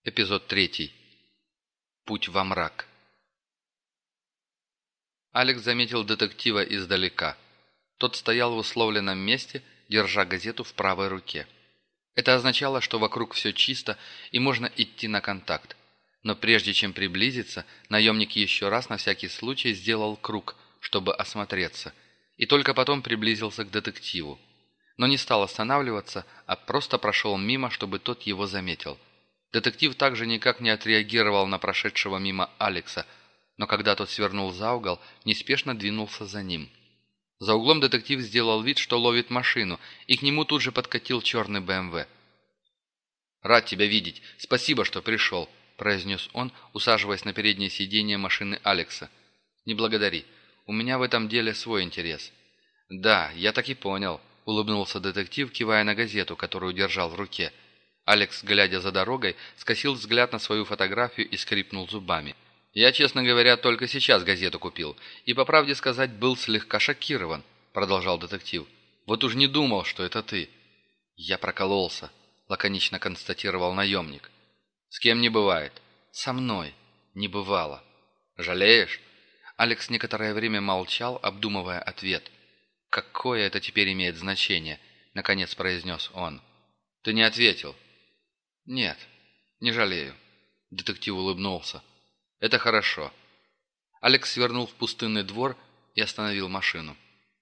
Эпизод 3. Путь во мрак. Алекс заметил детектива издалека. Тот стоял в условленном месте, держа газету в правой руке. Это означало, что вокруг все чисто и можно идти на контакт. Но прежде чем приблизиться, наемник еще раз на всякий случай сделал круг, чтобы осмотреться, и только потом приблизился к детективу. Но не стал останавливаться, а просто прошел мимо, чтобы тот его заметил. Детектив также никак не отреагировал на прошедшего мимо Алекса, но когда тот свернул за угол, неспешно двинулся за ним. За углом детектив сделал вид, что ловит машину, и к нему тут же подкатил черный БМВ. «Рад тебя видеть. Спасибо, что пришел», – произнес он, усаживаясь на переднее сиденье машины Алекса. «Не благодари. У меня в этом деле свой интерес». «Да, я так и понял», – улыбнулся детектив, кивая на газету, которую держал в руке. Алекс, глядя за дорогой, скосил взгляд на свою фотографию и скрипнул зубами. «Я, честно говоря, только сейчас газету купил, и, по правде сказать, был слегка шокирован», — продолжал детектив. «Вот уж не думал, что это ты». «Я прокололся», — лаконично констатировал наемник. «С кем не бывает?» «Со мной. Не бывало». «Жалеешь?» Алекс некоторое время молчал, обдумывая ответ. «Какое это теперь имеет значение?» — наконец произнес он. «Ты не ответил». «Нет, не жалею», — детектив улыбнулся. «Это хорошо». Алекс свернул в пустынный двор и остановил машину.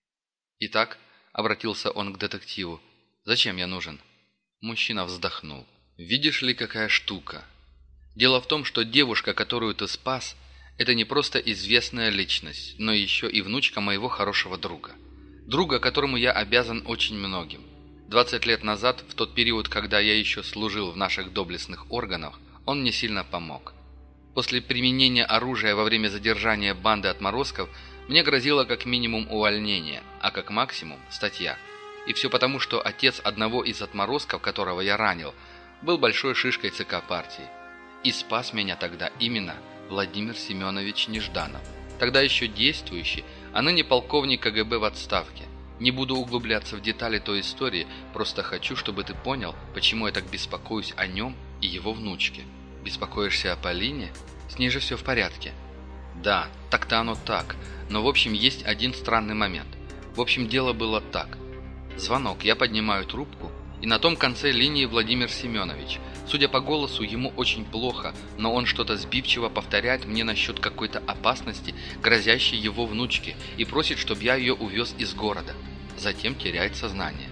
«Итак», — обратился он к детективу, — «зачем я нужен?» Мужчина вздохнул. «Видишь ли, какая штука? Дело в том, что девушка, которую ты спас, это не просто известная личность, но еще и внучка моего хорошего друга. Друга, которому я обязан очень многим. 20 лет назад, в тот период, когда я еще служил в наших доблестных органах, он мне сильно помог. После применения оружия во время задержания банды отморозков мне грозило как минимум увольнение, а как максимум статья. И все потому, что отец одного из отморозков, которого я ранил, был большой шишкой ЦК партии. И спас меня тогда именно Владимир Семенович Нежданов, тогда еще действующий, а ныне полковник КГБ в отставке. Не буду углубляться в детали той истории, просто хочу, чтобы ты понял, почему я так беспокоюсь о нем и его внучке. Беспокоишься о Полине? С ней же все в порядке. Да, так-то оно так, но в общем есть один странный момент. В общем, дело было так. Звонок, я поднимаю трубку, и на том конце линии Владимир Семенович. Судя по голосу, ему очень плохо, но он что-то сбивчиво повторяет мне насчет какой-то опасности, грозящей его внучке, и просит, чтобы я ее увез из города. Затем теряет сознание.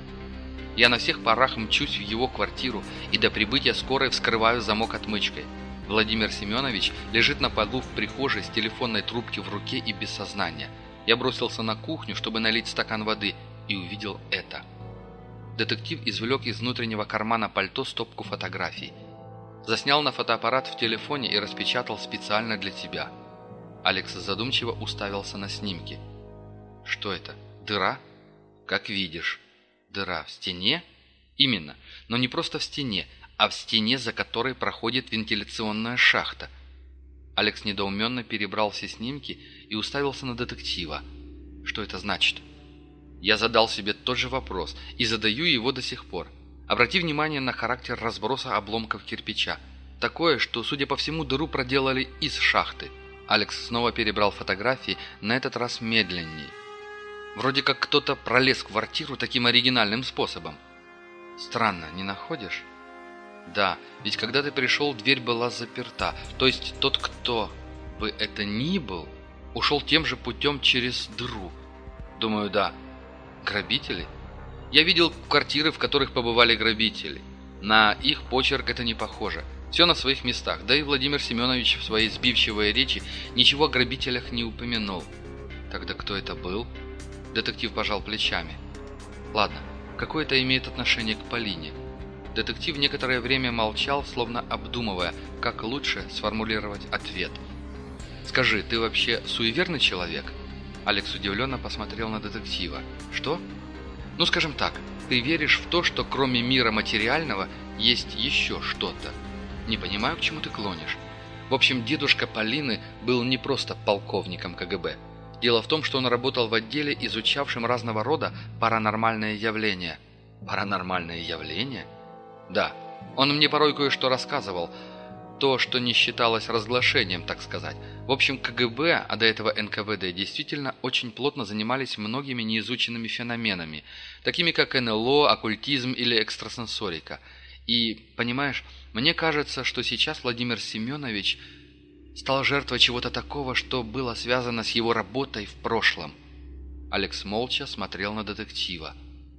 Я на всех парах мчусь в его квартиру и до прибытия скорой вскрываю замок отмычкой. Владимир Семенович лежит на полу в прихожей с телефонной трубки в руке и без сознания. Я бросился на кухню, чтобы налить стакан воды, и увидел это. Детектив извлек из внутреннего кармана пальто стопку фотографий. Заснял на фотоаппарат в телефоне и распечатал специально для тебя. Алекс задумчиво уставился на снимки. Что это? Дыра? Как видишь. Дыра в стене? Именно, но не просто в стене, а в стене, за которой проходит вентиляционная шахта. Алекс недоуменно перебрал все снимки и уставился на детектива. Что это значит? Я задал себе тот же вопрос и задаю его до сих пор. Обрати внимание на характер разброса обломков кирпича. Такое, что, судя по всему, дыру проделали из шахты. Алекс снова перебрал фотографии, на этот раз медленнее. Вроде как кто-то пролез в квартиру таким оригинальным способом. Странно, не находишь? Да, ведь когда ты пришел, дверь была заперта. То есть тот, кто бы это ни был, ушел тем же путем через дыру. Думаю, да. Грабители? Я видел квартиры, в которых побывали грабители. На их почерк это не похоже. Все на своих местах. Да и Владимир Семенович в своей сбивчивой речи ничего о грабителях не упомянул. Тогда кто это был? Детектив пожал плечами. Ладно, какое это имеет отношение к Полине? Детектив некоторое время молчал, словно обдумывая, как лучше сформулировать ответ. «Скажи, ты вообще суеверный человек?» Алекс удивленно посмотрел на детектива. «Что?» «Ну, скажем так, ты веришь в то, что кроме мира материального есть еще что-то. Не понимаю, к чему ты клонишь. В общем, дедушка Полины был не просто полковником КГБ. Дело в том, что он работал в отделе, изучавшем разного рода паранормальные явления». «Паранормальные явления?» «Да. Он мне порой кое-что рассказывал. То, что не считалось разглашением, так сказать. В общем, КГБ, а до этого НКВД, действительно очень плотно занимались многими неизученными феноменами, такими как НЛО, оккультизм или экстрасенсорика. И, понимаешь, мне кажется, что сейчас Владимир Семенович стал жертвой чего-то такого, что было связано с его работой в прошлом. Алекс молча смотрел на детектива.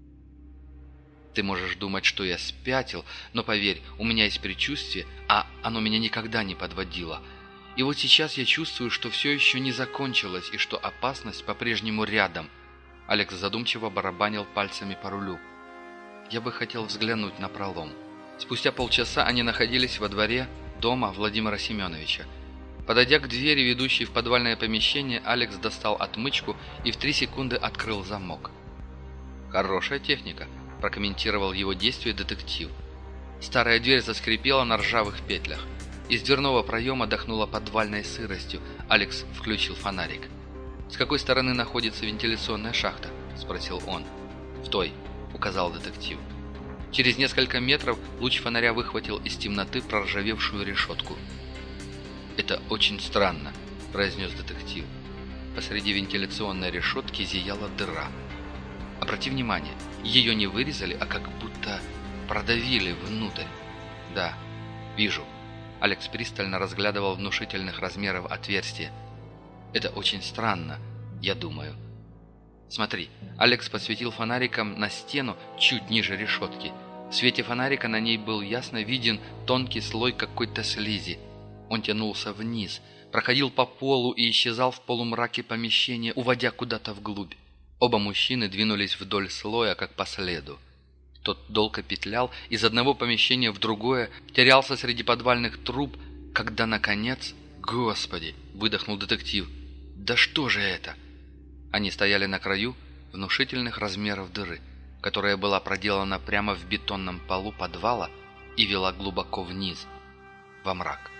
«Ты можешь думать, что я спятил, но поверь, у меня есть предчувствие, а оно меня никогда не подводило. И вот сейчас я чувствую, что все еще не закончилось и что опасность по-прежнему рядом». Алекс задумчиво барабанил пальцами по рулю. «Я бы хотел взглянуть на пролом». Спустя полчаса они находились во дворе дома Владимира Семеновича. Подойдя к двери, ведущей в подвальное помещение, Алекс достал отмычку и в 3 секунды открыл замок. «Хорошая техника», – прокомментировал его действие детектив. Старая дверь заскрипела на ржавых петлях. Из дверного проема дохнуло подвальной сыростью. Алекс включил фонарик. «С какой стороны находится вентиляционная шахта?» – спросил он. «В той», – указал детектив. Через несколько метров луч фонаря выхватил из темноты проржавевшую решетку. «Это очень странно», – произнес детектив. Посреди вентиляционной решетки зияла дыра. Обрати внимание, ее не вырезали, а как будто продавили внутрь. «Да, вижу». Алекс пристально разглядывал внушительных размеров отверстие. «Это очень странно, я думаю». «Смотри», Алекс посветил фонариком на стену чуть ниже решетки. В свете фонарика на ней был ясно виден тонкий слой какой-то слизи. Он тянулся вниз, проходил по полу и исчезал в полумраке помещения, уводя куда-то вглубь. Оба мужчины двинулись вдоль слоя, как по следу. Тот долго петлял из одного помещения в другое, терялся среди подвальных труб, когда, наконец... «Господи!» – выдохнул детектив. «Да что же это?» Они стояли на краю внушительных размеров дыры, которая была проделана прямо в бетонном полу подвала и вела глубоко вниз, во мрак.